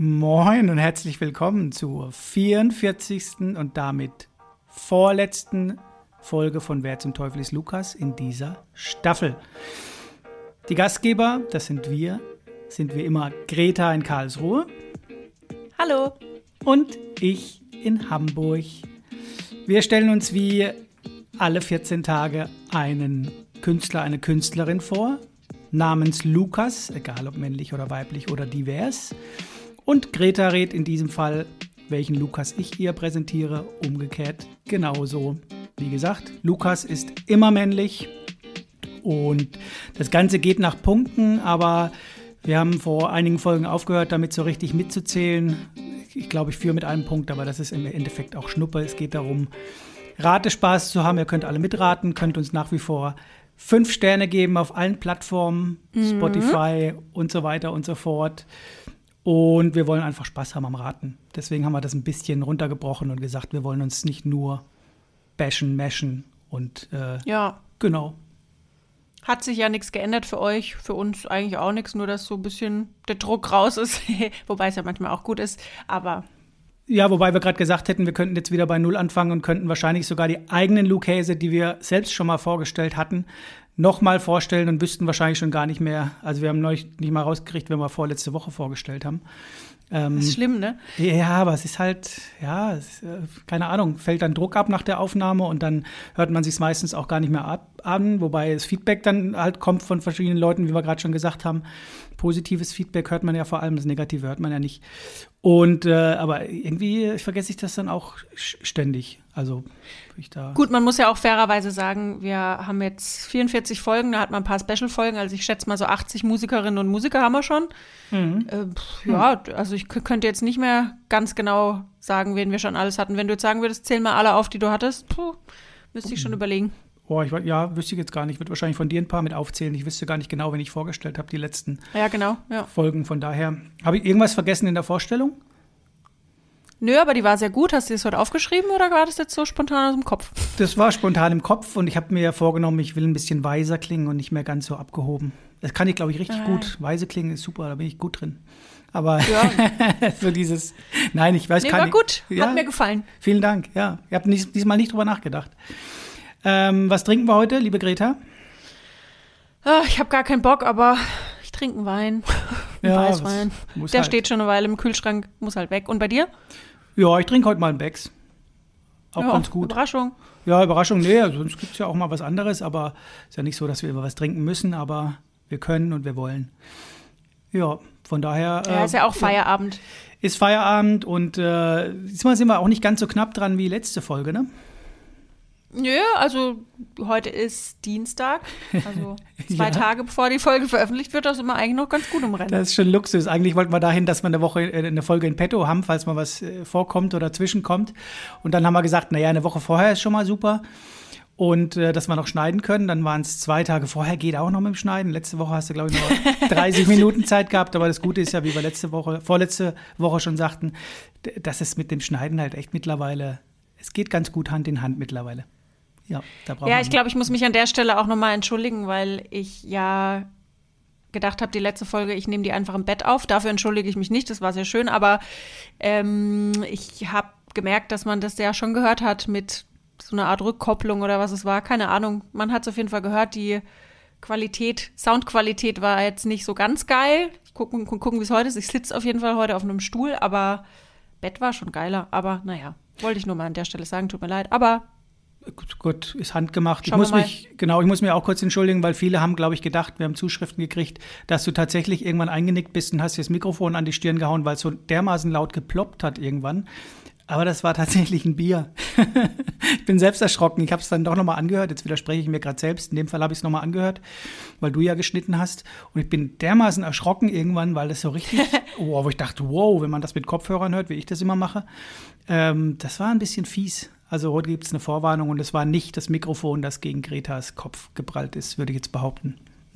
Moin und herzlich willkommen zur 44. und damit vorletzten Folge von Wer zum Teufel ist Lukas in dieser Staffel. Die Gastgeber, das sind wie immer Greta in Karlsruhe. Hallo. Und ich in Hamburg. Wir stellen uns wie alle 14 Tage einen Künstler, eine Künstlerin vor, namens Lukas, egal ob männlich oder weiblich oder divers. Und Greta rät in diesem Fall, welchen Lukas ich ihr präsentiere, umgekehrt genauso. Wie gesagt, Lukas ist immer männlich und das Ganze geht nach Punkten, aber wir haben vor einigen Folgen aufgehört, damit so richtig mitzuzählen. Ich glaube, ich führe mit einem Punkt, aber das ist im Endeffekt auch Schnuppe. Es geht darum, Ratespaß zu haben. Ihr könnt alle mitraten, könnt uns nach wie vor 5 Sterne geben auf allen Plattformen, Spotify und so weiter und so fort. Und wir wollen einfach Spaß haben am Raten. Deswegen haben wir das ein bisschen runtergebrochen und gesagt, wir wollen uns nicht nur bashen, mashen und genau. Hat sich ja nichts geändert für euch, für uns eigentlich auch nichts, nur dass so ein bisschen der Druck raus ist, wobei es ja manchmal auch gut ist, aber... Ja, wobei wir gerade gesagt hätten, wir könnten jetzt wieder bei Null anfangen und könnten wahrscheinlich sogar die eigenen Lucchese, die wir selbst schon mal vorgestellt hatten, nochmal vorstellen und wüssten wahrscheinlich schon gar nicht mehr. Also wir haben neulich nicht mal rausgekriegt, wenn wir vorletzte Woche vorgestellt haben. Das ist schlimm, ne? Ja, aber es ist halt, keine Ahnung, fällt dann Druck ab nach der Aufnahme und dann hört man sich es meistens auch gar nicht mehr an, wobei das Feedback dann halt kommt von verschiedenen Leuten, wie wir gerade schon gesagt haben. Positives Feedback hört man ja vor allem, das Negative hört man ja nicht. Und aber irgendwie vergesse ich das dann auch ständig. Also gut, man muss ja auch fairerweise sagen, wir haben jetzt 44 Folgen, da hat man ein paar Special-Folgen, also ich schätze mal so 80 Musikerinnen und Musiker haben wir schon. Also ich könnte jetzt nicht mehr ganz genau sagen, wen wir schon alles hatten. Wenn du jetzt sagen würdest, zähl mal alle auf, die du hattest, müsste ich schon überlegen. Wüsste ich jetzt gar nicht. Ich würde wahrscheinlich von dir ein paar mit aufzählen. Ich wüsste gar nicht genau, wenn ich vorgestellt habe, die letzten Folgen. Von daher, habe ich irgendwas vergessen in der Vorstellung? Nö, aber die war sehr gut. Hast du das heute aufgeschrieben oder war das jetzt so spontan aus dem Kopf? Das war spontan im Kopf und ich habe mir ja vorgenommen, ich will ein bisschen weiser klingen und nicht mehr ganz so abgehoben. Das kann ich, glaube ich, richtig gut. Weise klingen ist super, da bin ich gut drin. Aber so dieses, nein, ich weiß gar nicht. War gut, hat mir gefallen. Vielen Dank, ja. Ich habe diesmal nicht drüber nachgedacht. Was trinken wir heute, liebe Greta? Ich habe gar keinen Bock, aber ich trinke einen Wein. Weißwein. Der steht schon eine Weile im Kühlschrank, muss halt weg. Und bei dir? Ja, ich trinke heute mal einen Becks. Auch ganz gut. Überraschung. Ja, Überraschung, nee, sonst gibt es ja auch mal was anderes, aber ist ja nicht so, dass wir immer was trinken müssen, aber wir können und wir wollen. Ja, von daher. Ja, ist ja auch Feierabend. Ist Feierabend und diesmal sind wir auch nicht ganz so knapp dran wie letzte Folge, ne? Nö, also heute ist Dienstag, also 2 Tage bevor die Folge veröffentlicht wird, das ist immer eigentlich noch ganz gut im Rennen. Das ist schon Luxus. Eigentlich wollten wir dahin, dass wir eine Folge in petto haben, falls mal was vorkommt oder zwischenkommt. Und dann haben wir gesagt, naja, eine Woche vorher ist schon mal super. Und dass wir noch schneiden können. Dann waren es 2 Tage vorher, geht auch noch mit dem Schneiden. Letzte Woche hast du, glaube ich, nur 30 Minuten Zeit gehabt. Aber das Gute ist ja, wie wir vorletzte Woche schon sagten, dass es mit dem Schneiden halt echt mittlerweile, es geht ganz gut Hand in Hand mittlerweile. Ja, ich glaube, ich muss mich an der Stelle auch nochmal entschuldigen, weil ich ja gedacht habe, die letzte Folge, ich nehme die einfach im Bett auf. Dafür entschuldige ich mich nicht, das war sehr schön. Aber ich habe gemerkt, dass man das ja schon gehört hat mit so einer Art Rückkopplung oder was es war. Keine Ahnung, man hat es auf jeden Fall gehört. Die Soundqualität war jetzt nicht so ganz geil. Gucken, wie es heute ist. Ich sitze auf jeden Fall heute auf einem Stuhl, aber Bett war schon geiler. Aber naja, wollte ich nur mal an der Stelle sagen, tut mir leid. Aber gut, ist handgemacht. Ich muss mich auch kurz entschuldigen, weil viele haben, glaube ich, gedacht, wir haben Zuschriften gekriegt, dass du tatsächlich irgendwann eingenickt bist und hast dir das Mikrofon an die Stirn gehauen, weil es so dermaßen laut geploppt hat irgendwann. Aber das war tatsächlich ein Bier. Ich bin selbst erschrocken. Ich habe es dann doch nochmal angehört. Jetzt widerspreche ich mir gerade selbst. In dem Fall habe ich es nochmal angehört, weil du ja geschnitten hast. Und ich bin dermaßen erschrocken irgendwann, weil das so richtig, wo ich dachte, wow, wenn man das mit Kopfhörern hört, wie ich das immer mache, das war ein bisschen fies. Also heute gibt es eine Vorwarnung und es war nicht das Mikrofon, das gegen Gretas Kopf geprallt ist, würde ich jetzt behaupten.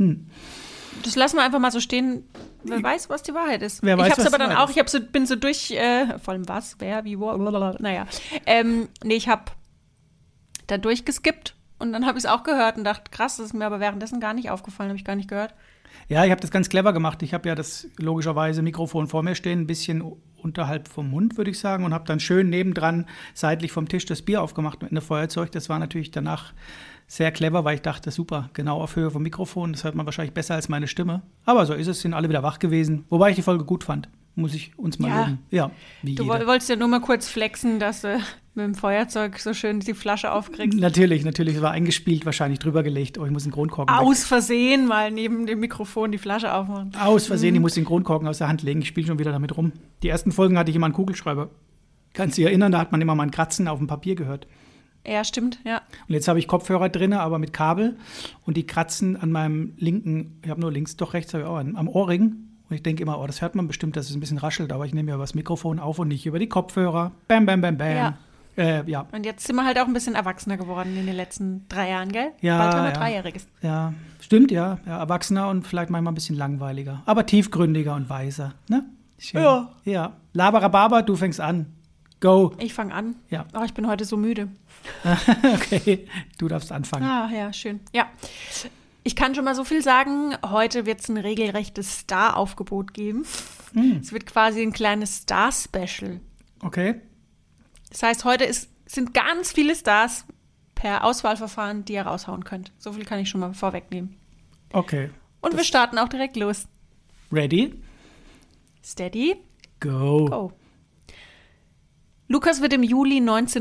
Das lassen wir einfach mal so stehen. Wer weiß, was die Wahrheit ist. Wer weiß, ich hab's aber dann auch, bin so durch, vor allem was, wer, wie, wo, blablabla, naja. Ich habe da durchgeskippt und dann habe ich es auch gehört und dachte, krass, das ist mir aber währenddessen gar nicht aufgefallen, habe ich gar nicht gehört. Ja, ich habe das ganz clever gemacht. Ich habe ja das logischerweise Mikrofon vor mir stehen, ein bisschen unterhalb vom Mund, würde ich sagen, und habe dann schön nebendran seitlich vom Tisch das Bier aufgemacht mit einem Feuerzeug. Das war natürlich danach sehr clever, weil ich dachte, super, genau auf Höhe vom Mikrofon. Das hört man wahrscheinlich besser als meine Stimme. Aber so ist es, sind alle wieder wach gewesen. Wobei ich die Folge gut fand, muss ich uns mal loben. Ja, wie du jeder. Wolltest ja nur mal kurz flexen, dass du mit dem Feuerzeug so schön die Flasche aufkriegst. Natürlich. Es war eingespielt, wahrscheinlich drüber gelegt. Oh, ich muss den Kronkorken Aus Versehen mal neben dem Mikrofon die Flasche aufmachen. Aus Versehen, ich muss den Kronkorken aus der Hand legen. Ich spiele schon wieder damit rum. Die ersten Folgen hatte ich immer einen Kugelschreiber. Kannst du dich erinnern, da hat man immer mal ein Kratzen auf dem Papier gehört. Ja, stimmt, ja. Und jetzt habe ich Kopfhörer drin, aber mit Kabel. Und die kratzen an meinem linken, ich habe nur links, doch rechts habe ich auch am Ohrring. Und ich denke immer, oh, das hört man bestimmt, dass es ein bisschen raschelt. Aber ich nehme ja über das Mikrofon auf und nicht über die Kopfhörer. Bam, bam, bam, bam. Ja. Und jetzt sind wir halt auch ein bisschen erwachsener geworden in den letzten 3 Jahren, gell? Ja, bald haben wir 3-Jähriges. Ja, stimmt, ja. Erwachsener und vielleicht manchmal ein bisschen langweiliger. Aber tiefgründiger und weiser, ne? Schön. Ja. Laberababa, du fängst an. Go. Ich fange an. Ja. Oh, ich bin heute so müde. Okay, du darfst anfangen. Ah, ja, schön. Ja. Ich kann schon mal so viel sagen. Heute wird es ein regelrechtes Star-Aufgebot geben. Es wird quasi ein kleines Star-Special. Okay. Das heißt, heute sind ganz viele Stars per Auswahlverfahren, die ihr raushauen könnt. So viel kann ich schon mal vorwegnehmen. Okay. Und wir starten auch direkt los. Ready? Steady? Go. Lukas wird im Juli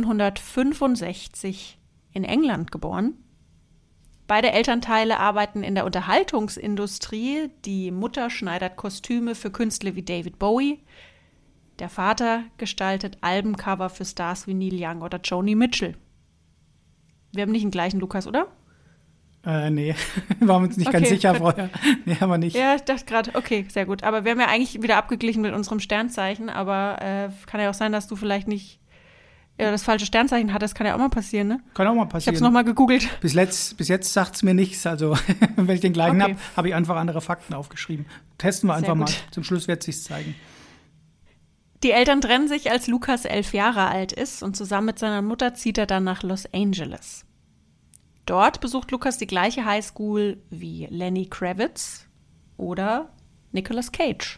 1965 in England geboren. Beide Elternteile arbeiten in der Unterhaltungsindustrie. Die Mutter schneidert Kostüme für Künstler wie David Bowie. Der Vater gestaltet Albencover für Stars wie Neil Young oder Joni Mitchell. Wir haben nicht den gleichen Lukas, oder? Nee, waren uns nicht ganz sicher vorher. Nee, haben wir nicht. Ja, ich dachte gerade, okay, sehr gut. Aber wir haben ja eigentlich wieder abgeglichen mit unserem Sternzeichen. Aber kann ja auch sein, dass du vielleicht nicht das falsche Sternzeichen hattest. Kann ja auch mal passieren, ne? Kann auch mal Ich passieren. habe es nochmal gegoogelt. Bis jetzt sagt es mir nichts. Also, wenn ich den gleichen habe, habe ich einfach andere Fakten aufgeschrieben. Testen wir einfach mal. Zum Schluss wird es sich zeigen. Die Eltern trennen sich, als Lukas 11 Jahre alt ist, und zusammen mit seiner Mutter zieht er dann nach Los Angeles. Dort besucht Lukas die gleiche Highschool wie Lenny Kravitz oder Nicolas Cage.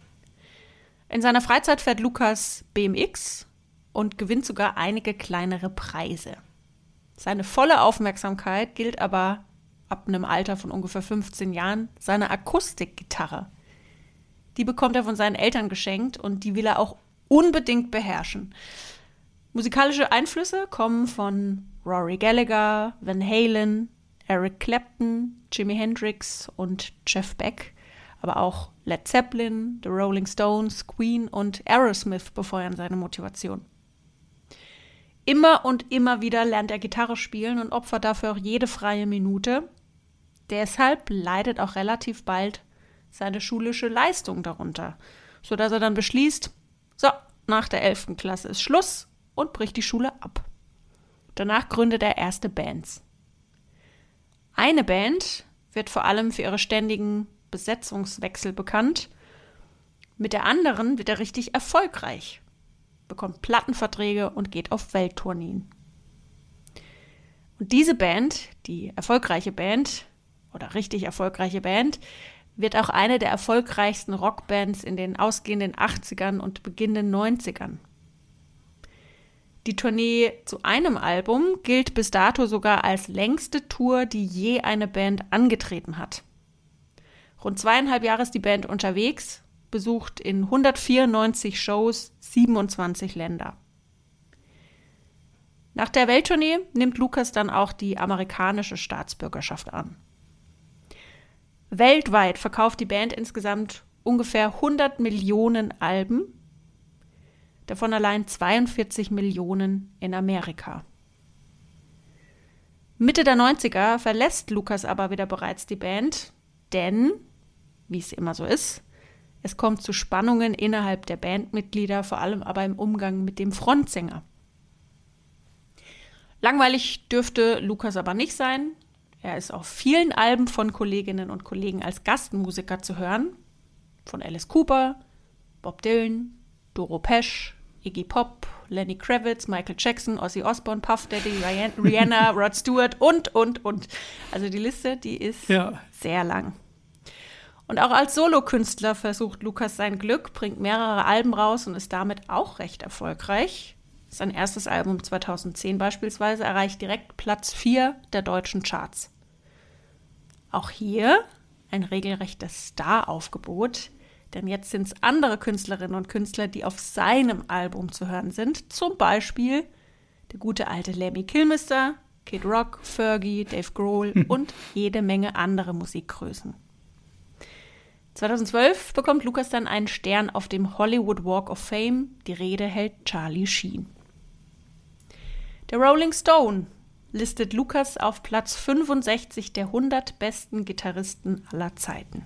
In seiner Freizeit fährt Lukas BMX und gewinnt sogar einige kleinere Preise. Seine volle Aufmerksamkeit gilt aber ab einem Alter von ungefähr 15 Jahren seiner Akustikgitarre. Die bekommt er von seinen Eltern geschenkt und die will er auch unbedingt beherrschen. Musikalische Einflüsse kommen von Rory Gallagher, Van Halen, Eric Clapton, Jimi Hendrix und Jeff Beck. Aber auch Led Zeppelin, The Rolling Stones, Queen und Aerosmith befeuern seine Motivation. Immer und immer wieder lernt er Gitarre spielen und opfert dafür auch jede freie Minute. Deshalb leidet auch relativ bald seine schulische Leistung darunter, sodass er dann beschließt, so, nach der 11. Klasse ist Schluss und bricht die Schule ab. Danach gründet er erste Bands. Eine Band wird vor allem für ihre ständigen Besetzungswechsel bekannt. Mit der anderen wird er richtig erfolgreich, bekommt Plattenverträge und geht auf Welttourneen. Und diese Band, die erfolgreiche Band oder richtig erfolgreiche Band, wird auch eine der erfolgreichsten Rockbands in den ausgehenden 80ern und beginnenden 90ern. Die Tournee zu einem Album gilt bis dato sogar als längste Tour, die je eine Band angetreten hat. Rund 2,5 Jahre ist die Band unterwegs, besucht in 194 Shows 27 Länder. Nach der Welttournee nimmt Lukas dann auch die amerikanische Staatsbürgerschaft an. Weltweit verkauft die Band insgesamt ungefähr 100 Millionen Alben, davon allein 42 Millionen in Amerika. Mitte der 90er verlässt Lukas aber wieder bereits die Band, denn, wie es immer so ist, es kommt zu Spannungen innerhalb der Bandmitglieder, vor allem aber im Umgang mit dem Frontsänger. Langweilig dürfte Lukas aber nicht sein. Er ist auf vielen Alben von Kolleginnen und Kollegen als Gastmusiker zu hören. Von Alice Cooper, Bob Dylan, Doro Pesch, Iggy Pop, Lenny Kravitz, Michael Jackson, Ozzy Osbourne, Puff Daddy, Rihanna, Rod Stewart und. Also die Liste, die ist sehr lang. Und auch als Solokünstler versucht Lukas sein Glück, bringt mehrere Alben raus und ist damit auch recht erfolgreich. Sein erstes Album 2010 beispielsweise erreicht direkt Platz 4 der deutschen Charts. Auch hier ein regelrechtes Star-Aufgebot, denn jetzt sind es andere Künstlerinnen und Künstler, die auf seinem Album zu hören sind. Zum Beispiel der gute alte Lemmy Kilmister, Kid Rock, Fergie, Dave Grohl und jede Menge andere Musikgrößen. 2012 bekommt Lukas dann einen Stern auf dem Hollywood Walk of Fame. Die Rede hält Charlie Sheen. Der Rolling Stone listet Lukas auf Platz 65 der 100 besten Gitarristen aller Zeiten.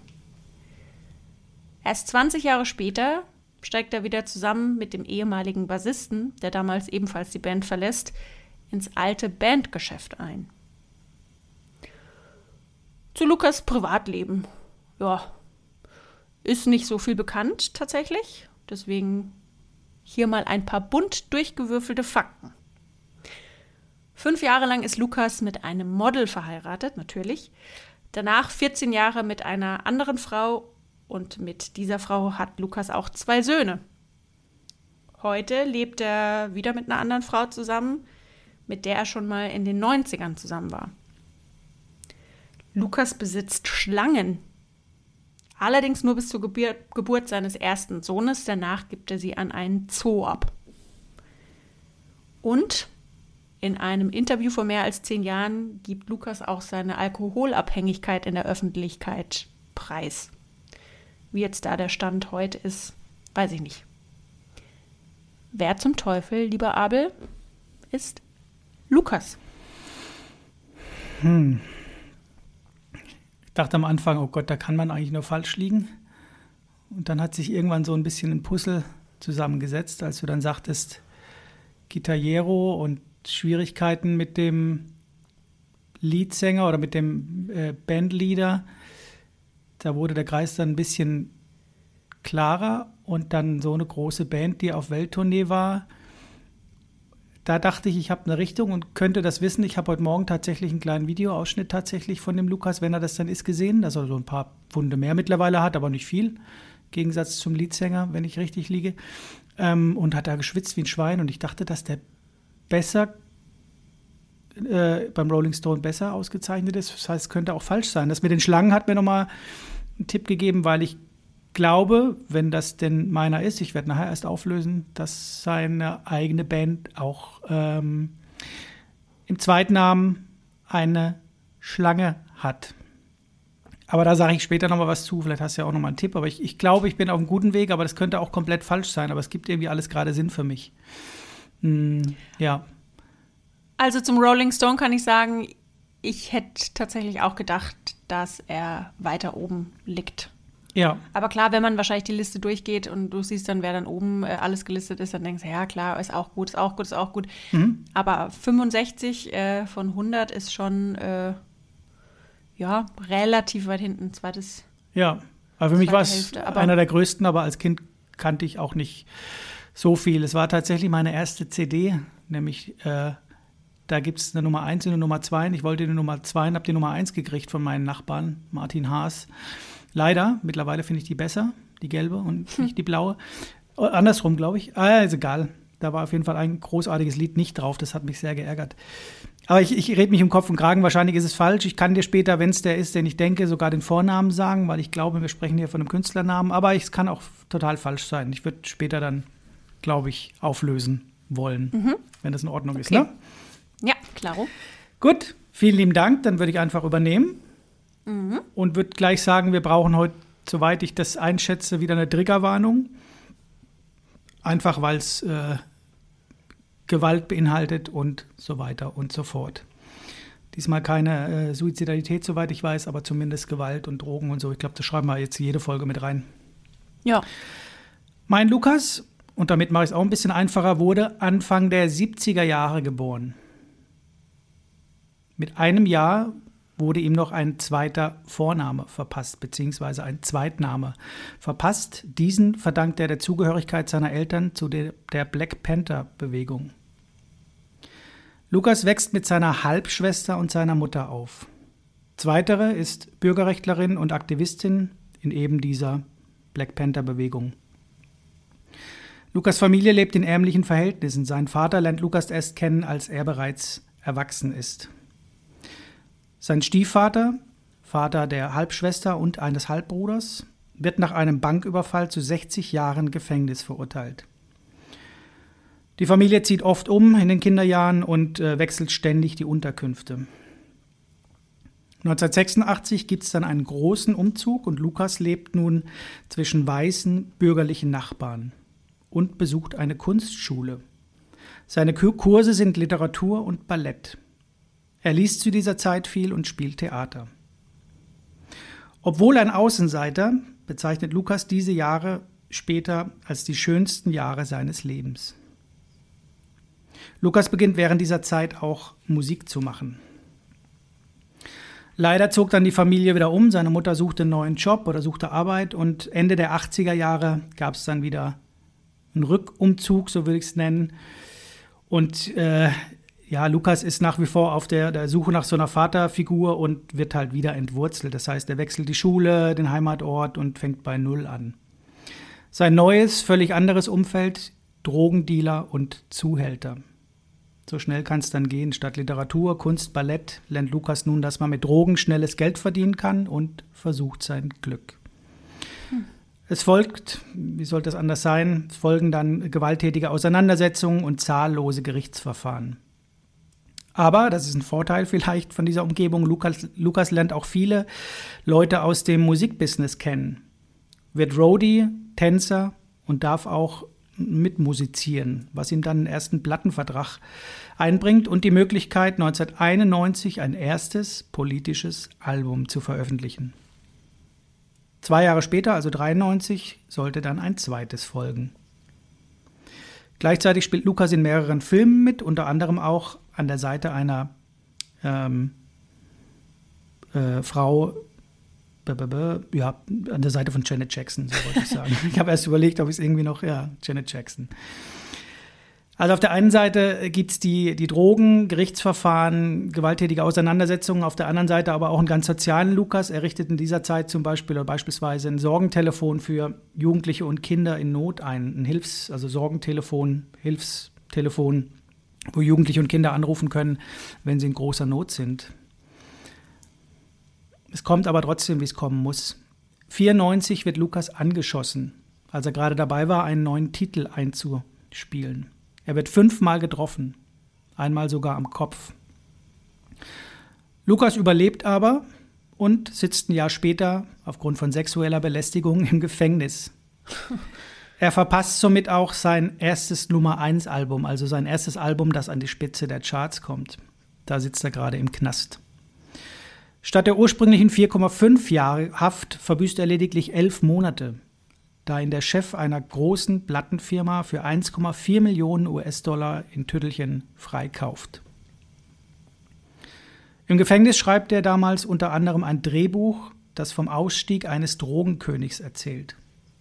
Erst 20 Jahre später steigt er wieder zusammen mit dem ehemaligen Bassisten, der damals ebenfalls die Band verlässt, ins alte Bandgeschäft ein. Zu Lukas Privatleben. Ja, ist nicht so viel bekannt tatsächlich. Deswegen hier mal ein paar bunt durchgewürfelte Fakten. 5 Jahre lang ist Lukas mit einem Model verheiratet, natürlich. Danach 14 Jahre mit einer anderen Frau und mit dieser Frau hat Lukas auch 2 Söhne. Heute lebt er wieder mit einer anderen Frau zusammen, mit der er schon mal in den 90ern zusammen war. Lukas besitzt Schlangen. Allerdings nur bis zur Geburt seines ersten Sohnes. Danach gibt er sie an einen Zoo ab. Und in einem Interview vor mehr als 10 Jahren gibt Lukas auch seine Alkoholabhängigkeit in der Öffentlichkeit preis. Wie jetzt da der Stand heute ist, weiß ich nicht. Wer zum Teufel, lieber Abel, ist Lukas? Ich dachte am Anfang, oh Gott, da kann man eigentlich nur falsch liegen. Und dann hat sich irgendwann so ein bisschen ein Puzzle zusammengesetzt, als du dann sagtest, Gitarriero und Schwierigkeiten mit dem Leadsänger oder mit dem Bandleader. Da wurde der Kreis dann ein bisschen klarer und dann so eine große Band, die auf Welttournee war. Da dachte ich, ich habe eine Richtung und könnte das wissen. Ich habe heute Morgen tatsächlich einen kleinen Videoausschnitt tatsächlich von dem Lukas, wenn er das dann ist, gesehen, dass er so ein paar Pfunde mehr mittlerweile hat, aber nicht viel, im Gegensatz zum Leadsänger, wenn ich richtig liege. Und hat da geschwitzt wie ein Schwein und ich dachte, dass der besser beim Rolling Stone besser ausgezeichnet ist. Das heißt, es könnte auch falsch sein. Das mit den Schlangen hat mir nochmal einen Tipp gegeben, weil ich glaube, wenn das denn meiner ist, ich werde nachher erst auflösen, dass seine eigene Band auch im Zweitnamen eine Schlange hat. Aber da sage ich später nochmal was zu, vielleicht hast du ja auch nochmal einen Tipp, aber ich glaube, ich bin auf einem guten Weg, aber das könnte auch komplett falsch sein, aber es gibt irgendwie alles gerade Sinn für mich. Ja. Also zum Rolling Stone kann ich sagen, ich hätte tatsächlich auch gedacht, dass er weiter oben liegt. Ja. Aber klar, wenn man wahrscheinlich die Liste durchgeht und du siehst dann, wer dann oben alles gelistet ist, dann denkst du, ja klar, ist auch gut, ist auch gut, ist auch gut. Mhm. Aber 65 von 100 ist schon relativ weit hinten. Ja, aber für mich war es einer der größten, aber als Kind kannte ich auch nicht so viel. Es war tatsächlich meine erste CD, nämlich da gibt es eine Nummer 1 und eine Nummer 2. Und ich wollte die Nummer 2 und habe die Nummer 1 gekriegt von meinen Nachbarn, Martin Haas. Leider, mittlerweile finde ich die besser, die gelbe und nicht die blaue. Andersrum, glaube ich. Ist egal. Da war auf jeden Fall ein großartiges Lied nicht drauf. Das hat mich sehr geärgert. Aber ich rede mich um Kopf und Kragen. Wahrscheinlich ist es falsch. Ich kann dir später, wenn es der ist, den ich denke, sogar den Vornamen sagen, weil ich glaube, wir sprechen hier von einem Künstlernamen. Aber es kann auch total falsch sein. Ich würde später dann, glaube ich, auflösen wollen, wenn das in Ordnung ist. Ne? Ja, klaro. Gut, vielen lieben Dank. Dann würde ich einfach übernehmen. Und würde gleich sagen, wir brauchen heute, soweit ich das einschätze, wieder eine Triggerwarnung. Einfach, weil es Gewalt beinhaltet und so weiter und so fort. Diesmal keine Suizidalität, soweit ich weiß, aber zumindest Gewalt und Drogen und so. Ich glaube, das schreiben wir jetzt jede Folge mit rein. Ja. Mein Lukas, und damit mache ich es auch ein bisschen einfacher, wurde Anfang der 70er Jahre geboren. Mit einem Jahr wurde ihm noch ein zweiter Vorname verpasst, beziehungsweise ein Zweitname verpasst. Diesen verdankt er der Zugehörigkeit seiner Eltern zu der Black Panther-Bewegung. Lukas wächst mit seiner Halbschwester und seiner Mutter auf. Zweitere ist Bürgerrechtlerin und Aktivistin in eben dieser Black Panther-Bewegung. Lukas' Familie lebt in ärmlichen Verhältnissen. Sein Vater lernt Lukas erst kennen, als er bereits erwachsen ist. Sein Stiefvater, Vater der Halbschwester und eines Halbbruders, wird nach einem Banküberfall zu 60 Jahren Gefängnis verurteilt. Die Familie zieht oft um in den Kinderjahren und wechselt ständig die Unterkünfte. 1986 gibt es dann einen großen Umzug und Lukas lebt nun zwischen weißen bürgerlichen Nachbarn und besucht eine Kunstschule. Seine Kurse sind Literatur und Ballett. Er liest zu dieser Zeit viel und spielt Theater. Obwohl ein Außenseiter, bezeichnet Lukas diese Jahre später als die schönsten Jahre seines Lebens. Lukas beginnt während dieser Zeit auch Musik zu machen. Leider zog dann die Familie wieder um. Seine Mutter suchte einen neuen Job oder suchte Arbeit und Ende der 80er Jahre gab es dann wieder einen Rückumzug, so will ich es nennen. Und Lukas ist nach wie vor auf der Suche nach so einer Vaterfigur und wird halt wieder entwurzelt. Das heißt, er wechselt die Schule, den Heimatort und fängt bei Null an. Sein neues, völlig anderes Umfeld, Drogendealer und Zuhälter. So schnell kann es dann gehen. Statt Literatur, Kunst, Ballett lernt Lukas nun, dass man mit Drogen schnelles Geld verdienen kann und versucht sein Glück. Es folgt, wie sollte es anders sein, es folgen dann gewalttätige Auseinandersetzungen und zahllose Gerichtsverfahren. Aber, das ist ein Vorteil vielleicht von dieser Umgebung, Lukas lernt auch viele Leute aus dem Musikbusiness kennen, wird Roadie, Tänzer und darf auch mitmusizieren, was ihm dann einen ersten Plattenvertrag einbringt und die Möglichkeit, 1991 ein erstes politisches Album zu veröffentlichen. 2 Jahre später, also 1993, sollte dann ein zweites folgen. Gleichzeitig spielt Lukas in mehreren Filmen mit, unter anderem auch an der Seite einer Frau, an der Seite von Janet Jackson, so wollte ich sagen. Ich habe erst überlegt, ob ich es irgendwie noch, Janet Jackson. Also auf der einen Seite gibt es die Drogen, Gerichtsverfahren, gewalttätige Auseinandersetzungen, auf der anderen Seite aber auch einen ganz sozialen Lukas. Er richtet in dieser Zeit beispielsweise ein Sorgentelefon für Jugendliche und Kinder in Not ein. Sorgentelefon, Hilfstelefon, wo Jugendliche und Kinder anrufen können, wenn sie in großer Not sind. Es kommt aber trotzdem, wie es kommen muss. 1994 wird Lukas angeschossen, als er gerade dabei war, einen neuen Titel einzuspielen. Er wird 5-mal getroffen, einmal sogar am Kopf. Lukas überlebt aber und sitzt ein Jahr später aufgrund von sexueller Belästigung im Gefängnis. Er verpasst somit auch sein erstes Nummer-1-Album, also sein erstes Album, das an die Spitze der Charts kommt. Da sitzt er gerade im Knast. Statt der ursprünglichen 4,5 Jahre Haft verbüßt er lediglich 11 Monate, da ihn der Chef einer großen Plattenfirma für 1,4 Millionen US-Dollar in Tüttelchen freikauft. Im Gefängnis schreibt er damals unter anderem ein Drehbuch, das vom Ausstieg eines Drogenkönigs erzählt.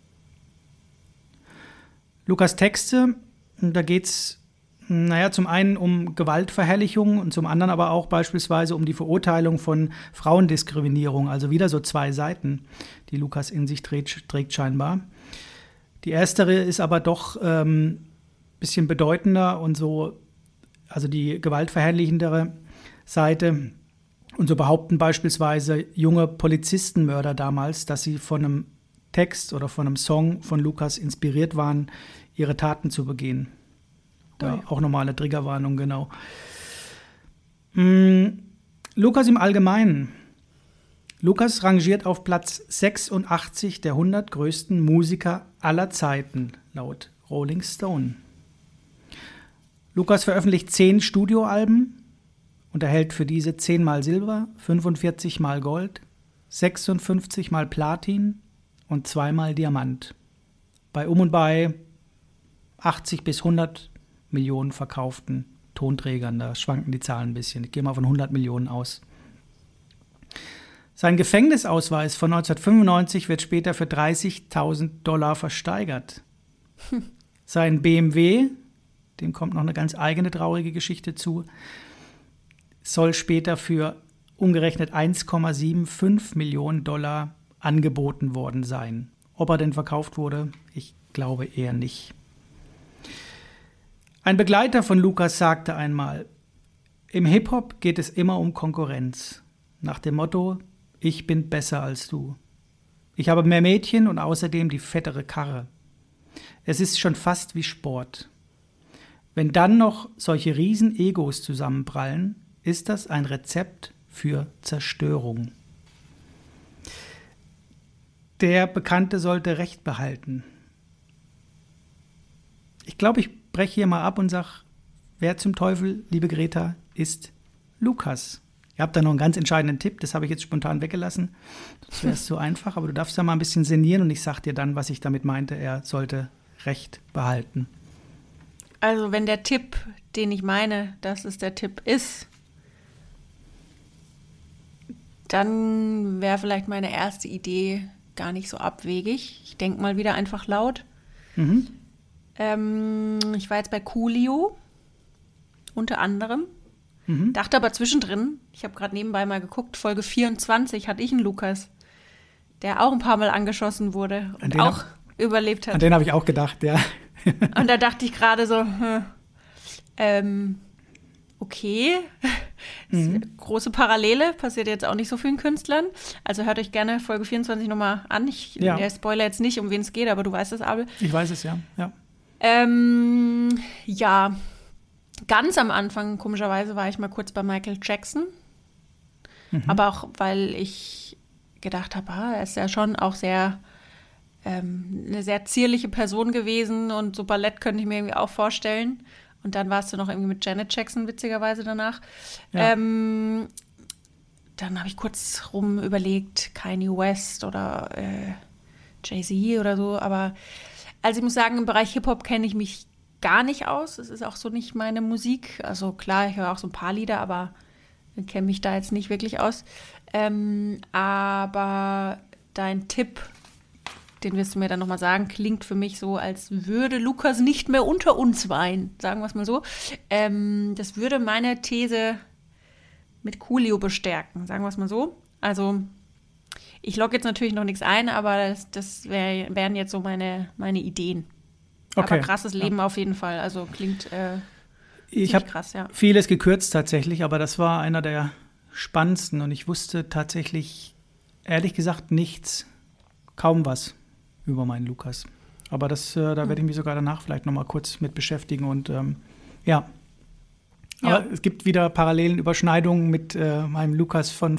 Lukas' Texte, da geht es zum einen um Gewaltverherrlichung und zum anderen aber auch beispielsweise um die Verurteilung von Frauendiskriminierung. Also wieder so 2 Seiten, die Lukas in sich trägt scheinbar. Die erstere ist aber doch bisschen bedeutender und so, also die gewaltverherrlichendere Seite. Und so behaupten beispielsweise junge Polizistenmörder damals, dass sie von einem Text oder von einem Song von Lukas inspiriert waren, ihre Taten zu begehen. Da auch nochmal eine Triggerwarnung, genau. Lukas im Allgemeinen. Lukas rangiert auf Platz 86 der 100 größten Musiker aller Zeiten, laut Rolling Stone. Lukas veröffentlicht 10 Studioalben und erhält für diese 10-mal Silber, 45-mal Gold, 56-mal Platin und 2-mal Diamant. Bei und bei 80 bis 100 Millionen verkauften Tonträgern. Da schwanken die Zahlen ein bisschen. Ich gehe mal von 100 Millionen aus. Sein Gefängnisausweis von 1995 wird später für $30.000 versteigert. Sein BMW, dem kommt noch eine ganz eigene traurige Geschichte zu, soll später für umgerechnet $1,75 Millionen angeboten worden sein. Ob er denn verkauft wurde, ich glaube eher nicht. Ein Begleiter von Lukas sagte einmal, im Hip-Hop geht es immer um Konkurrenz. Nach dem Motto, ich bin besser als du. Ich habe mehr Mädchen und außerdem die fettere Karre. Es ist schon fast wie Sport. Wenn dann noch solche Riesen-Egos zusammenprallen, ist das ein Rezept für Zerstörung. Der Bekannte sollte Recht behalten. Ich glaube, ich breche hier mal ab und sage, wer zum Teufel, liebe Greta, ist Lukas? Ihr habt da noch einen ganz entscheidenden Tipp, das habe ich jetzt spontan weggelassen. Das wäre so einfach, aber du darfst da mal ein bisschen sinnieren und ich sage dir dann, was ich damit meinte. Er sollte Recht behalten. Also wenn der Tipp, den ich meine, dass es der Tipp ist, dann wäre vielleicht meine erste Idee gar nicht so abwegig. Ich denke mal wieder einfach laut. Mhm. Ich war jetzt bei Coolio, unter anderem. Mhm. Dachte aber zwischendrin, ich habe gerade nebenbei mal geguckt, Folge 24 hatte ich einen Lukas, der auch ein paar Mal angeschossen wurde und auch überlebt hat. An den habe ich auch gedacht, ja. Und da dachte ich gerade so, okay, große Parallele, passiert jetzt auch nicht so vielen Künstlern. Also hört euch gerne Folge 24 nochmal an. Ich spoilere jetzt nicht, um wen es geht, aber du weißt es, Abel. Ich weiß es, ja. Ja, ganz am Anfang, komischerweise, war ich mal kurz bei Michael Jackson. Aber auch, weil ich gedacht habe, er ist ja schon auch sehr eine sehr zierliche Person gewesen und so Ballett könnte ich mir irgendwie auch vorstellen. Und dann warst du noch irgendwie mit Janet Jackson, witzigerweise danach. Ja. Dann habe ich kurz rum überlegt, Kanye West oder Jay-Z oder so. Aber also ich muss sagen, im Bereich Hip-Hop kenne ich mich gar nicht aus. Es ist auch so nicht meine Musik. Also klar, ich höre auch so ein paar Lieder, aber ich kenne mich da jetzt nicht wirklich aus. Aber dein Tipp, den wirst du mir dann nochmal sagen, klingt für mich so, als würde Lukas nicht mehr unter uns weinen, sagen wir es mal so. Das würde meine These mit Coolio bestärken, sagen wir es mal so. Also ich logge jetzt natürlich noch nichts ein, aber das wären jetzt so meine Ideen. Okay. Aber krasses Leben auf jeden Fall, also klingt ich habe krass, ja. Vieles gekürzt tatsächlich, aber das war einer der spannendsten und ich wusste tatsächlich, ehrlich gesagt, nichts, kaum was über meinen Lukas. Aber da werde ich mich sogar danach vielleicht noch mal kurz mit beschäftigen und ja. Aber es gibt wieder Parallelen, Überschneidungen mit meinem Lukas von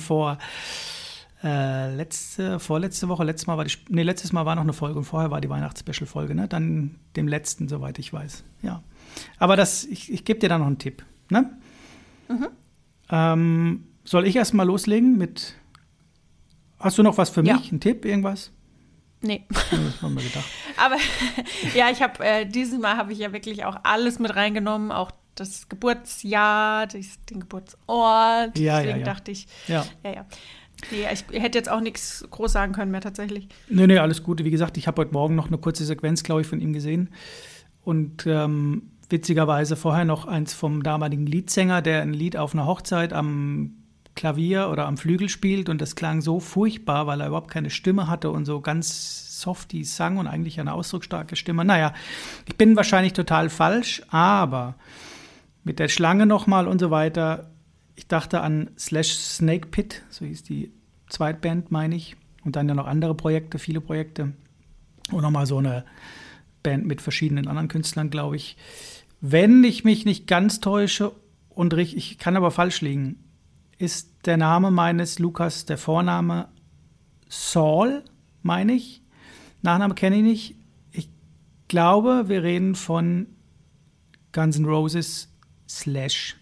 vorletzte Woche. Letztes Mal war noch eine Folge und vorher war die Weihnachts-Special-Folge, ne? Dann dem letzten, soweit ich weiß. Ja. Aber ich gebe dir da noch einen Tipp, ne? Soll ich erst mal loslegen mit, hast du noch was für mich, einen Tipp, irgendwas? Nee. Das haben wir gedacht. Aber ja, dieses Mal habe ich ja wirklich auch alles mit reingenommen, auch das Geburtsjahr, den Geburtsort. Deswegen dachte ich, ja. Nee, ich hätte jetzt auch nichts groß sagen können mehr tatsächlich. Nee, alles Gute. Wie gesagt, ich habe heute Morgen noch eine kurze Sequenz, glaube ich, von ihm gesehen. Und witzigerweise vorher noch eins vom damaligen Liedsänger, der ein Lied auf einer Hochzeit am Klavier oder am Flügel spielt. Und das klang so furchtbar, weil er überhaupt keine Stimme hatte und so ganz softy sang und eigentlich eine ausdrucksstarke Stimme. Naja, ich bin wahrscheinlich total falsch, aber mit der Schlange nochmal und so weiter. Ich dachte an /Snake Pit, so hieß die Zweitband, meine ich. Und dann ja noch andere Projekte, viele Projekte. Und nochmal so eine Band mit verschiedenen anderen Künstlern, glaube ich. Wenn ich mich nicht ganz täusche, und ich kann aber falsch liegen, ist der Name meines Lukas, der Vorname Saul, meine ich. Nachname kenne ich nicht. Ich glaube, wir reden von Guns N' Roses /.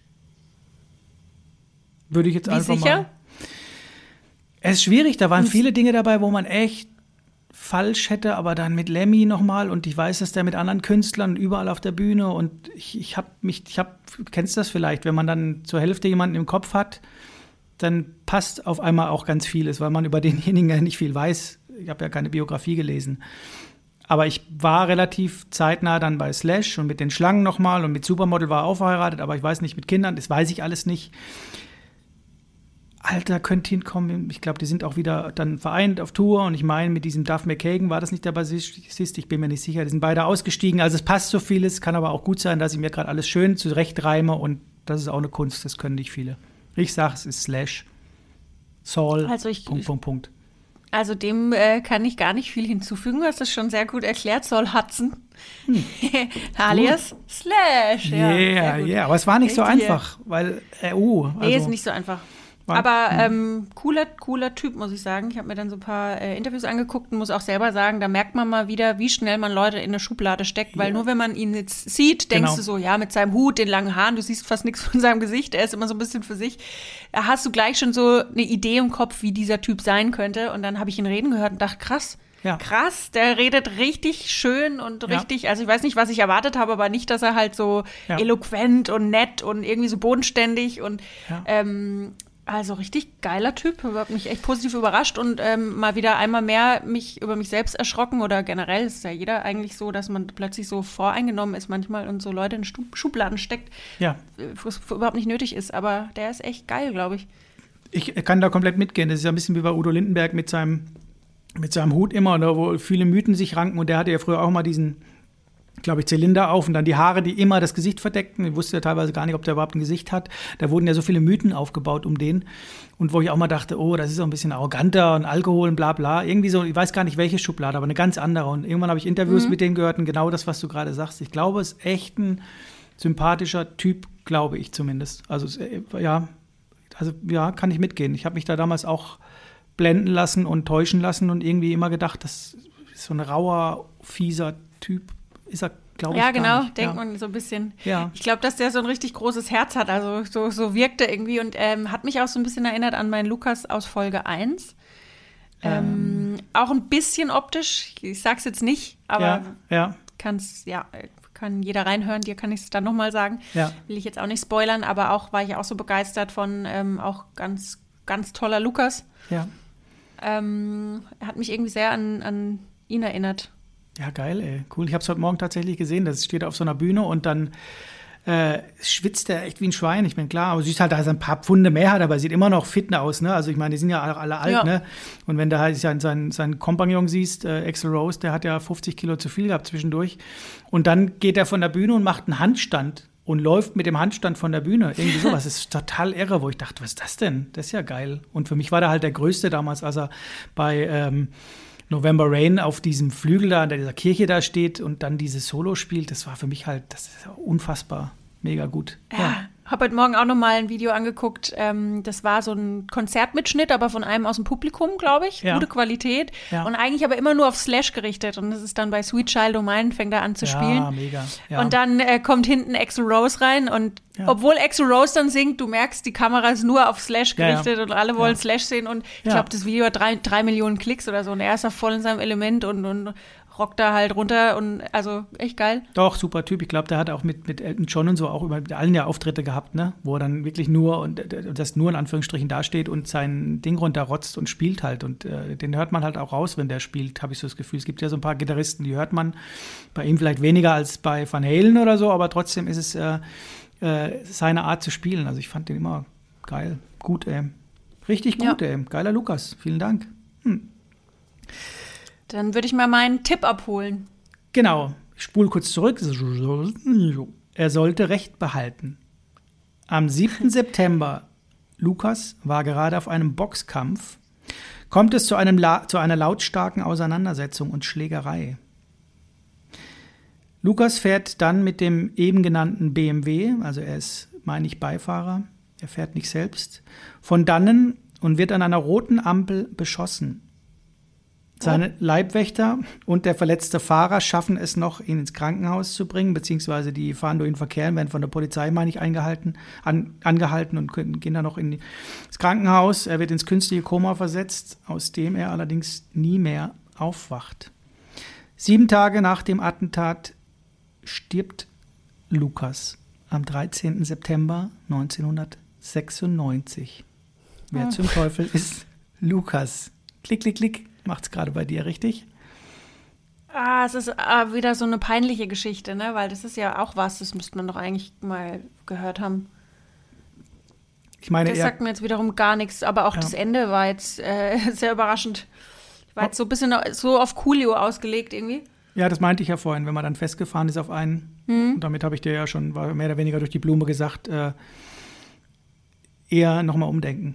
Würde ich jetzt einfach mal. Es ist schwierig, da waren viele Dinge dabei, wo man echt falsch hätte, aber dann mit Lemmy nochmal und ich weiß, dass der mit anderen Künstlern überall auf der Bühne und kennst das vielleicht, wenn man dann zur Hälfte jemanden im Kopf hat, dann passt auf einmal auch ganz vieles, weil man über denjenigen ja nicht viel weiß. Ich habe ja keine Biografie gelesen. Aber ich war relativ zeitnah dann bei / und mit den Schlangen nochmal und mit Supermodel war er auch verheiratet, aber ich weiß nicht, mit Kindern, das weiß ich alles nicht. Alter, könnte hinkommen. Ich glaube, die sind auch wieder dann vereint auf Tour. Und ich meine, mit diesem Duff McKagan war das nicht der Bassist. Ich bin mir nicht sicher. Die sind beide ausgestiegen. Also es passt so vieles. Kann aber auch gut sein, dass ich mir gerade alles schön zurechtreime. Und das ist auch eine Kunst. Das können nicht viele. Ich sage, es ist Slash. Saul. Also Punkt. Also dem kann ich gar nicht viel hinzufügen. Du hast es schon sehr gut erklärt. Saul Hudson. Alias Slash. Ja. Aber es war nicht so einfach. Weil, nee, ist nicht so einfach. Aber cooler Typ, muss ich sagen. Ich habe mir dann so ein paar Interviews angeguckt und muss auch selber sagen, da merkt man mal wieder, wie schnell man Leute in eine Schublade steckt. Weil nur wenn man ihn jetzt sieht, denkst du so, ja, mit seinem Hut, den langen Haaren, du siehst fast nichts von seinem Gesicht, er ist immer so ein bisschen für sich. Da hast du gleich schon so eine Idee im Kopf, wie dieser Typ sein könnte. Und dann habe ich ihn reden gehört und dachte, krass, der redet richtig schön und richtig, also ich weiß nicht, was ich erwartet habe, aber nicht, dass er halt so eloquent und nett und irgendwie so bodenständig und also richtig geiler Typ, hat mich echt positiv überrascht und mal wieder einmal mehr mich über mich selbst erschrocken oder generell ist ja jeder eigentlich so, dass man plötzlich so voreingenommen ist manchmal und so Leute in Schubladen steckt, was überhaupt nicht nötig ist, aber der ist echt geil, glaube ich. Ich kann da komplett mitgehen, das ist ja ein bisschen wie bei Udo Lindenberg mit seinem Hut immer, ne, wo viele Mythen sich ranken und der hatte ja früher auch mal diesen, glaube ich, Zylinder auf und dann die Haare, die immer das Gesicht verdeckten. Ich wusste ja teilweise gar nicht, ob der überhaupt ein Gesicht hat. Da wurden ja so viele Mythen aufgebaut um den. Und wo ich auch mal dachte, das ist so ein bisschen arroganter und Alkohol und bla bla. Irgendwie so, ich weiß gar nicht, welche Schublade, aber eine ganz andere. Und irgendwann habe ich Interviews mit denen gehört und genau das, was du gerade sagst. Ich glaube, es ist echt ein sympathischer Typ, glaube ich zumindest. Also kann ich mitgehen. Ich habe mich da damals auch blenden lassen und täuschen lassen und irgendwie immer gedacht, das ist so ein rauer, fieser Typ. Ist er, glaube ich, ja, genau, nicht. denkt man so ein bisschen. Ja. Ich glaube, dass der so ein richtig großes Herz hat, also so wirkt er irgendwie und hat mich auch so ein bisschen erinnert an meinen Lukas aus Folge 1. Auch ein bisschen optisch, ich sag's jetzt nicht, aber kann jeder reinhören, dir kann ich es dann nochmal sagen. Ja. Will ich jetzt auch nicht spoilern, aber auch war ich auch so begeistert von auch ganz, ganz toller Lukas. Ja. Er hat mich irgendwie sehr an ihn erinnert. Ja, geil, ey. Cool. Ich habe es heute Morgen tatsächlich gesehen. Das steht auf so einer Bühne und dann schwitzt er echt wie ein Schwein. Ich bin klar, aber siehst halt, dass er ein paar Pfunde mehr hat, aber er sieht immer noch fit aus, ne? Also ich meine, die sind ja alle alt, ne? Und wenn du halt seinen Kompagnon siehst, Axl Rose, der hat ja 50 Kilo zu viel gehabt zwischendurch. Und dann geht er von der Bühne und macht einen Handstand und läuft mit dem Handstand von der Bühne. Irgendwie sowas. Das ist total irre, wo ich dachte, was ist das denn? Das ist ja geil. Und für mich war der halt der Größte damals, als er bei November Rain auf diesem Flügel da, an dieser Kirche da steht und dann dieses Solo spielt. Das war für mich halt, das ist unfassbar, mega gut. Ja. Habe heute Morgen auch noch mal ein Video angeguckt. Das war so ein Konzertmitschnitt, aber von einem aus dem Publikum, glaube ich. Ja. Gute Qualität. Ja. Und eigentlich aber immer nur auf Slash gerichtet. Und das ist dann bei Sweet Child O' Mine, fängt er an zu spielen. Ja, mega. Ja. Und dann kommt hinten Axl Rose rein. Und obwohl Axl Rose dann singt, du merkst, die Kamera ist nur auf Slash gerichtet und alle wollen Slash sehen. Und ich glaube, das Video hat 3 Millionen Klicks oder so. Und er ist da voll in seinem Element und rockt da halt runter und also echt geil. Doch, super Typ. Ich glaube, der hat auch mit Elton John und so auch über allen ja Auftritte gehabt, ne? Wo er dann wirklich nur und das nur in Anführungsstrichen dasteht und sein Ding runterrotzt und spielt halt. Und den hört man halt auch raus, wenn der spielt, habe ich so das Gefühl. Es gibt ja so ein paar Gitarristen, die hört man bei ihm vielleicht weniger als bei Van Halen oder so, aber trotzdem ist es seine Art zu spielen. Also ich fand den immer geil. Gut, richtig gut, Geiler Lukas. Vielen Dank. Dann würde ich mal meinen Tipp abholen. Genau. Ich spule kurz zurück. Er sollte Recht behalten. Am 7. September, Lukas war gerade auf einem Boxkampf, kommt es zu einer lautstarken Auseinandersetzung und Schlägerei. Lukas fährt dann mit dem eben genannten BMW, also er ist, meine ich, Beifahrer, er fährt nicht selbst, von dannen und wird an einer roten Ampel beschossen. Seine Leibwächter und der verletzte Fahrer schaffen es noch, ihn ins Krankenhaus zu bringen, beziehungsweise die fahren durch den Verkehr, werden von der Polizei, meine ich, angehalten und gehen dann noch ins Krankenhaus. Er wird ins künstliche Koma versetzt, aus dem er allerdings nie mehr aufwacht. 7 Tage nach dem Attentat stirbt Lukas am 13. September 1996. Wer zum Teufel ist Lukas? Klick, klick, klick. Macht's gerade bei dir, richtig? Es ist wieder so eine peinliche Geschichte, ne? Weil das ist ja auch was, das müsste man doch eigentlich mal gehört haben. Ich meine, das sagt mir jetzt wiederum gar nichts, aber auch das Ende war jetzt sehr überraschend. War jetzt so ein bisschen so auf Coolio ausgelegt irgendwie. Ja, das meinte ich ja vorhin, wenn man dann festgefahren ist auf einen. Und damit habe ich dir ja schon mehr oder weniger durch die Blume gesagt, eher nochmal umdenken.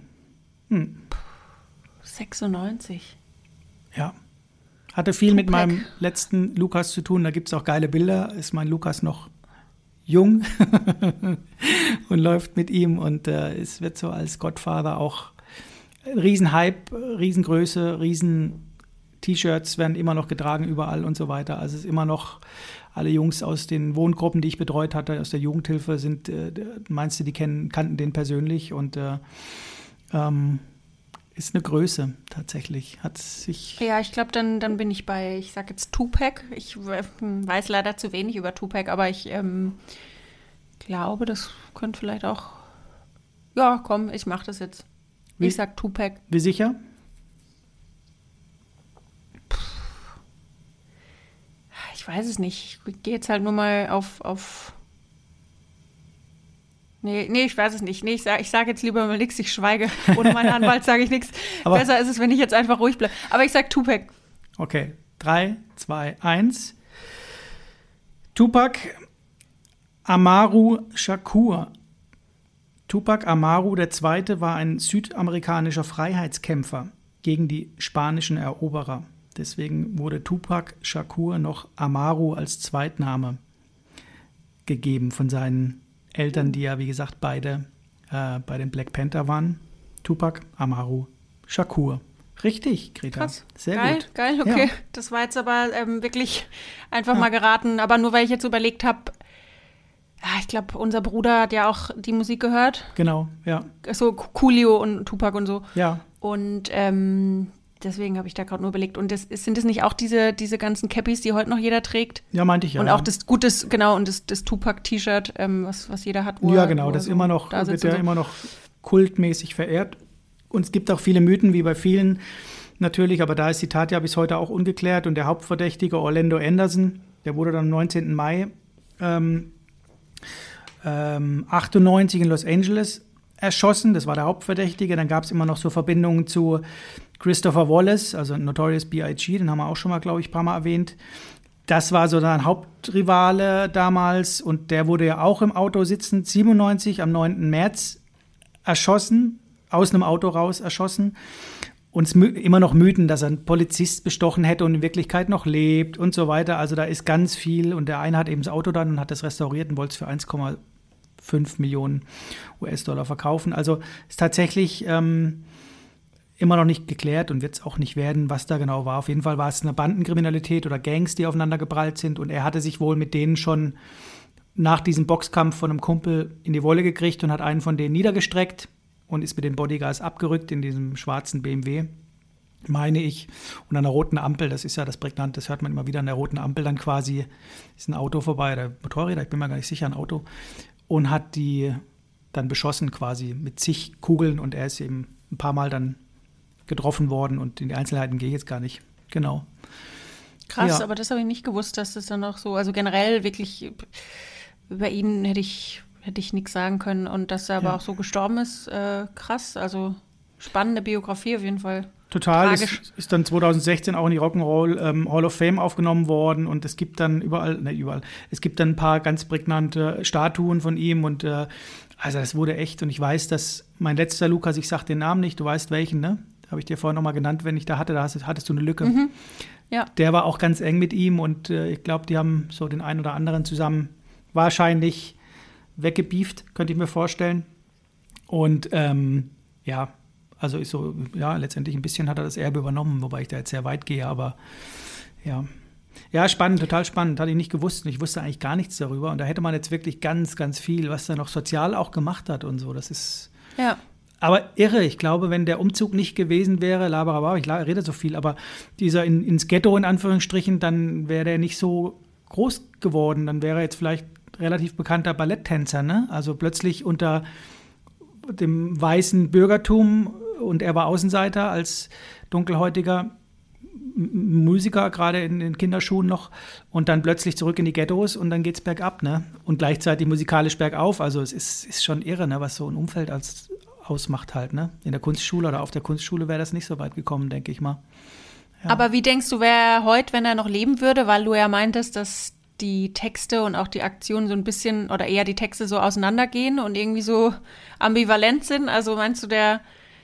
96. Ja. Hatte viel mit meinem letzten Lukas zu tun. Da gibt es auch geile Bilder. Ist mein Lukas noch jung und läuft mit ihm. Und es wird so als Godfather auch ein Riesenhype, Riesengröße, Riesen-T-Shirts werden immer noch getragen überall und so weiter. Also es ist immer noch, alle Jungs aus den Wohngruppen, die ich betreut hatte, aus der Jugendhilfe, sind, meinst du, die kannten den persönlich und ist eine Größe tatsächlich. Hat sich. Ja, ich glaube, dann bin ich bei, ich sag jetzt Tupac. Ich weiß leider zu wenig über Tupac, aber ich glaube, das könnte vielleicht auch. Ja, komm, ich mache das jetzt. Ich sag Tupac. Wie sicher? Ich weiß es nicht. Ich gehe jetzt halt nur mal auf. Nee, ich weiß es nicht. Nee, ich sag jetzt lieber mal nichts, ich schweige. Ohne meinen Anwalt sage ich nichts. Besser ist es, wenn ich jetzt einfach ruhig bleibe. Aber ich sag Tupac. Okay, 3, 2, 1. Tupac Amaru Shakur. Tupac Amaru II. War ein südamerikanischer Freiheitskämpfer gegen die spanischen Eroberer. Deswegen wurde Tupac Shakur noch Amaru als Zweitname gegeben von seinen Eltern, die ja, wie gesagt, beide bei den Black Panther waren. Tupac Amaru Shakur. Richtig, Greta. Krass. Sehr geil, gut. Geil, okay. Ja. Das war jetzt aber wirklich einfach mal geraten. Aber nur, weil ich jetzt überlegt habe, ich glaube, unser Bruder hat ja auch die Musik gehört. Genau, ja. So Coolio und Tupac und so. Ja. Und deswegen habe ich da gerade nur überlegt. Und sind das nicht auch diese ganzen Cappies, die heute noch jeder trägt? Ja, meinte ich ja. Und auch das Gutes, genau, und das Tupac-T-Shirt, was jeder hat. Ja, genau, das so immer noch, wird ja immer noch kultmäßig verehrt. Und es gibt auch viele Mythen, wie bei vielen natürlich, aber da ist die Tat ja bis heute auch ungeklärt. Und der Hauptverdächtige, Orlando Anderson, der wurde dann am 19. Mai 98 in Los Angeles erschossen. Das war der Hauptverdächtige. Dann gab es immer noch so Verbindungen zu Christopher Wallace, also Notorious B.I.G., den haben wir auch schon mal, glaube ich, ein paar Mal erwähnt. Das war so ein Hauptrivale damals und der wurde ja auch im Auto sitzend, 97 am 9. März erschossen, aus einem Auto raus erschossen. Und es immer noch Mythen, dass er einen Polizist bestochen hätte und in Wirklichkeit noch lebt und so weiter. Also da ist ganz viel. Und der eine hat eben das Auto dann und hat das restauriert und wollte es für 1,5 Millionen US-Dollar verkaufen. Also ist tatsächlich immer noch nicht geklärt und wird es auch nicht werden, was da genau war. Auf jeden Fall war es eine Bandenkriminalität oder Gangs, die aufeinander geprallt sind. Und er hatte sich wohl mit denen schon nach diesem Boxkampf von einem Kumpel in die Wolle gekriegt und hat einen von denen niedergestreckt und ist mit den Bodyguards abgerückt in diesem schwarzen BMW, meine ich. Und an der roten Ampel, das ist ja das Prägnante, das hört man immer wieder, an der roten Ampel dann quasi ist ein Auto vorbei, oder Motorräder, ich bin mir gar nicht sicher, ein Auto, und hat die dann beschossen quasi mit zig Kugeln und er ist eben ein paar Mal dann getroffen worden und in die Einzelheiten gehe ich jetzt gar nicht. Genau. Krass, Ja. aber das habe ich nicht gewusst, dass das dann noch so, also generell wirklich über ihn hätte ich nichts sagen können und dass er aber auch so gestorben ist, krass, also spannende Biografie auf jeden Fall. Total, Tragisch. ist dann 2016 auch in die Rock'n'Roll Hall of Fame aufgenommen worden und es gibt dann es gibt dann ein paar ganz prägnante Statuen von ihm und also das wurde echt und ich weiß, dass mein letzter Lukas, ich sag den Namen nicht, du weißt welchen, ne? Habe ich dir vorhin nochmal genannt, wenn ich da hatte, hattest du eine Lücke. Mhm. Ja. Der war auch ganz eng mit ihm und ich glaube, die haben so den einen oder anderen zusammen wahrscheinlich weggebieft, könnte ich mir vorstellen. Und ja, also ist so, ja, letztendlich ein bisschen hat er das Erbe übernommen, wobei ich da jetzt sehr weit gehe, aber ja. Ja, spannend, total spannend, hatte ich nicht gewusst und ich wusste eigentlich gar nichts darüber und da hätte man jetzt wirklich ganz, ganz viel, was er noch sozial auch gemacht hat und so, das ist aber irre, ich glaube, wenn der Umzug nicht gewesen wäre, ich rede so viel, aber dieser ins Ghetto in Anführungsstrichen, dann wäre der nicht so groß geworden, dann wäre er jetzt vielleicht relativ bekannter Balletttänzer, ne? Also plötzlich unter dem weißen Bürgertum und er war Außenseiter als dunkelhäutiger Musiker, gerade in den Kinderschuhen noch und dann plötzlich zurück in die Ghettos und dann geht's bergab, ne? Und gleichzeitig musikalisch bergauf, also es ist schon irre, ne? Was so ein Umfeld ausmacht halt, ne? In der Kunstschule oder auf der Kunstschule wäre das nicht so weit gekommen, denke ich mal. Ja. Aber wie denkst du, wäre er heute, wenn er noch leben würde, weil du ja meintest, dass die Texte und auch die Aktionen so ein bisschen oder eher die Texte so auseinandergehen und irgendwie so ambivalent sind? Also meinst du, der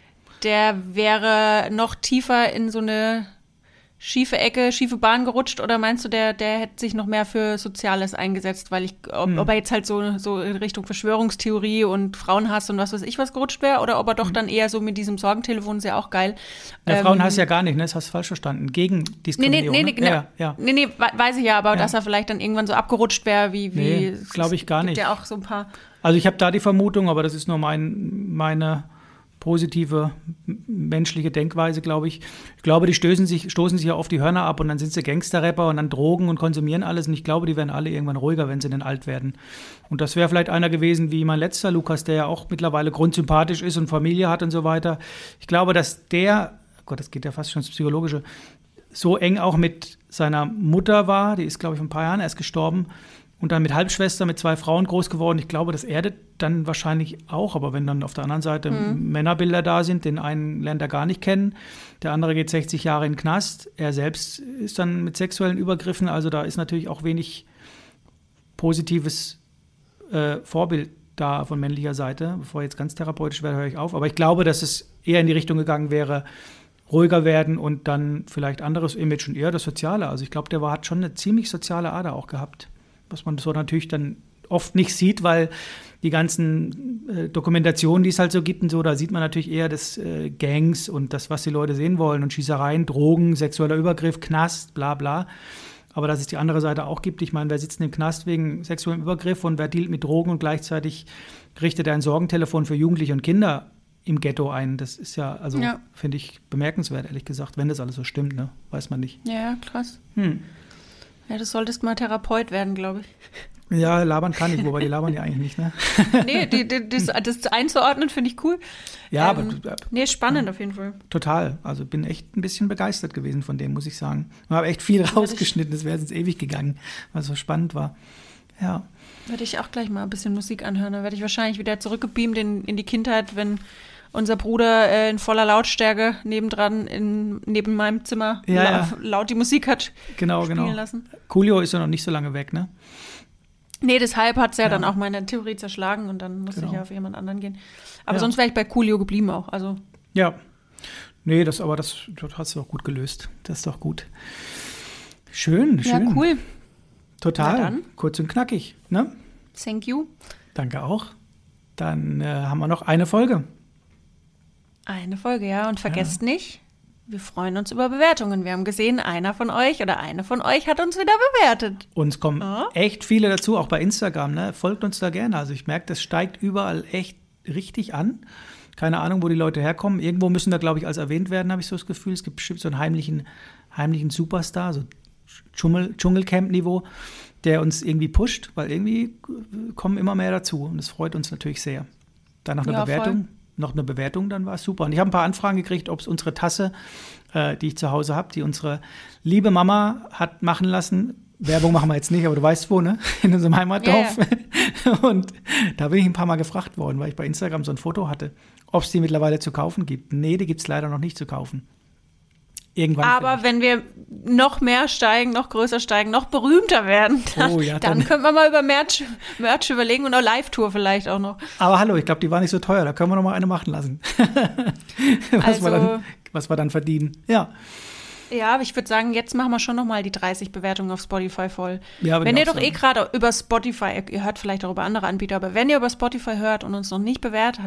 wäre noch tiefer in so eine schiefe Ecke, schiefe Bahn gerutscht oder meinst du, der hätte sich noch mehr für Soziales eingesetzt, weil ob er jetzt halt so in Richtung Verschwörungstheorie und Frauenhass und was weiß ich was gerutscht wäre oder ob er doch dann eher so mit diesem Sorgentelefon, ist ja auch geil. Ja, Frauenhass ja gar nicht, ne? Das hast du falsch verstanden. Gegen Diskriminierung. Nee, weiß ich ja, aber dass er vielleicht dann irgendwann so abgerutscht wäre, wie nee, glaube ich gar nicht. Ja auch so ein paar. Also ich habe da die Vermutung, aber das ist nur meine positive menschliche Denkweise, glaube ich. Ich glaube, die stoßen sich ja auf die Hörner ab und dann sind sie Gangster-Rapper und dann drogen und konsumieren alles und ich glaube, die werden alle irgendwann ruhiger, wenn sie denn alt werden. Und das wäre vielleicht einer gewesen wie mein letzter Lukas, der ja auch mittlerweile grundsympathisch ist und Familie hat und so weiter. Ich glaube, dass das geht ja fast schon ins Psychologische, so eng auch mit seiner Mutter war, die ist, glaube ich, vor ein paar Jahren erst gestorben, und dann mit Halbschwester, mit 2 Frauen groß geworden. Ich glaube, das erdet dann wahrscheinlich auch. Aber wenn dann auf der anderen Seite Männerbilder da sind, den einen lernt er gar nicht kennen, der andere geht 60 Jahre in den Knast. Er selbst ist dann mit sexuellen Übergriffen. Also da ist natürlich auch wenig positives Vorbild da von männlicher Seite. Bevor ich jetzt ganz therapeutisch werde, höre ich auf. Aber ich glaube, dass es eher in die Richtung gegangen wäre, ruhiger werden und dann vielleicht anderes Image und eher das Soziale. Also ich glaube, der hat schon eine ziemlich soziale Ader auch gehabt. Was man so natürlich dann oft nicht sieht, weil die ganzen Dokumentationen, die es halt so gibt und so, da sieht man natürlich eher das Gangs und das, was die Leute sehen wollen und Schießereien, Drogen, sexueller Übergriff, Knast, bla bla. Aber dass es die andere Seite auch gibt, ich meine, wer sitzt im Knast wegen sexuellem Übergriff und wer dealt mit Drogen und gleichzeitig richtet er ein Sorgentelefon für Jugendliche und Kinder im Ghetto ein. Das ist ja, finde ich bemerkenswert, ehrlich gesagt, wenn das alles so stimmt, ne? Weiß man nicht. Ja, krass. Ja, du solltest mal Therapeut werden, glaube ich. Ja, labern kann ich, wobei die labern ja eigentlich nicht, ne? Nee, das einzuordnen finde ich cool. Ja, aber spannend auf jeden Fall. Total. Also bin echt ein bisschen begeistert gewesen von dem, muss ich sagen. Ich habe echt viel rausgeschnitten, das wäre jetzt ewig gegangen, weil es so spannend war. Ja. Werde ich auch gleich mal ein bisschen Musik anhören. Dann werde ich wahrscheinlich wieder zurückgebeamt in die Kindheit, wenn unser Bruder in voller Lautstärke nebendran neben meinem Zimmer laut die Musik hat spielen lassen. Coolio ist ja noch nicht so lange weg, ne? Nee, deshalb hat es ja dann auch meine Theorie zerschlagen und dann musste ich ja auf jemand anderen gehen. Aber sonst wäre ich bei Coolio geblieben auch. Also. Ja. Nee, das hast du doch gut gelöst. Das ist doch gut. Schön. Ja, cool. Total. Kurz und knackig, ne? Thank you. Danke auch. Dann haben wir noch eine Folge. Eine Folge, ja. Und vergesst nicht, wir freuen uns über Bewertungen. Wir haben gesehen, eine von euch hat uns wieder bewertet. Uns kommen echt viele dazu, auch bei Instagram. Ne? Folgt uns da gerne. Also ich merke, das steigt überall echt richtig an. Keine Ahnung, wo die Leute herkommen. Irgendwo müssen da, glaube ich, als erwähnt werden, habe ich so das Gefühl. Es gibt bestimmt so einen heimlichen Superstar, so Dschungelcamp-Niveau, der uns irgendwie pusht, weil irgendwie kommen immer mehr dazu. Und das freut uns natürlich sehr. Dann noch eine Bewertung. Voll. Noch eine Bewertung, dann war es super. Und ich habe ein paar Anfragen gekriegt, ob es unsere Tasse, die ich zu Hause habe, die unsere liebe Mama hat machen lassen. Werbung machen wir jetzt nicht, aber du weißt wo, ne? In unserem Heimatdorf. Yeah. Und da bin ich ein paar Mal gefragt worden, weil ich bei Instagram so ein Foto hatte, ob es die mittlerweile zu kaufen gibt. Nee, die gibt es leider noch nicht zu kaufen. Irgendwann aber vielleicht. Wenn wir noch mehr steigen, noch größer steigen, noch berühmter werden, dann können wir mal über Merch überlegen und auch Live-Tour vielleicht auch noch. Aber hallo, ich glaube, die war nicht so teuer, da können wir noch mal eine machen lassen. was wir dann verdienen. Ja, aber ich würde sagen, jetzt machen wir schon noch mal die 30 Bewertungen auf Spotify voll. Ja, wenn ihr doch gerade über Spotify, ihr hört vielleicht auch über andere Anbieter, aber wenn ihr über Spotify hört und uns noch nicht bewertet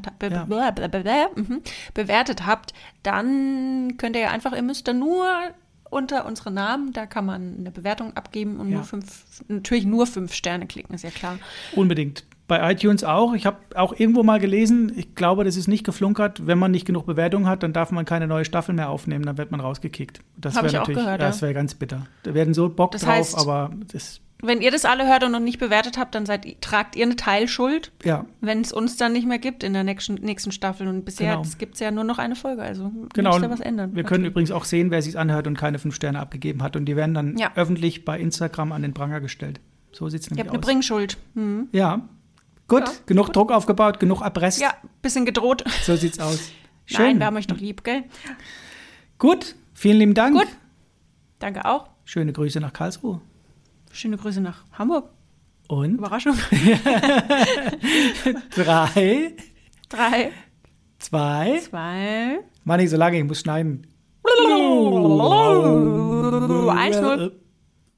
habt, dann könnt ihr ja einfach, ihr müsst dann nur unter unsere Namen, da kann man eine Bewertung abgeben und natürlich nur 5 Sterne klicken, ist ja klar. Unbedingt. Bei iTunes auch. Ich habe auch irgendwo mal gelesen, ich glaube, das ist nicht geflunkert, wenn man nicht genug Bewertungen hat, dann darf man keine neue Staffel mehr aufnehmen, dann wird man rausgekickt. Das wäre natürlich, auch gehört, das wäre ganz bitter. Da werden so Bock drauf, aber das. Wenn ihr das alle hört und noch nicht bewertet habt, dann tragt ihr eine Teilschuld, wenn es uns dann nicht mehr gibt in der nächsten Staffel. Und bisher gibt es ja nur noch eine Folge, also muss da was ändern. Wir können übrigens auch sehen, wer sich anhört und keine 5 Sterne abgegeben hat. Und die werden dann öffentlich bei Instagram an den Pranger gestellt. So sieht es nämlich aus. Ihr habt eine Bringschuld. Ja. Gut, genug Druck aufgebaut, genug erpresst. Ja, bisschen gedroht. So sieht's aus. Schön. Nein, wir haben euch doch lieb, gell? Gut, vielen lieben Dank. Gut. Danke auch. Schöne Grüße nach Karlsruhe. Schöne Grüße nach Hamburg. Und? Überraschung. 3, 3, 2. 2. War nicht so lange, ich muss schneiden. 1-0.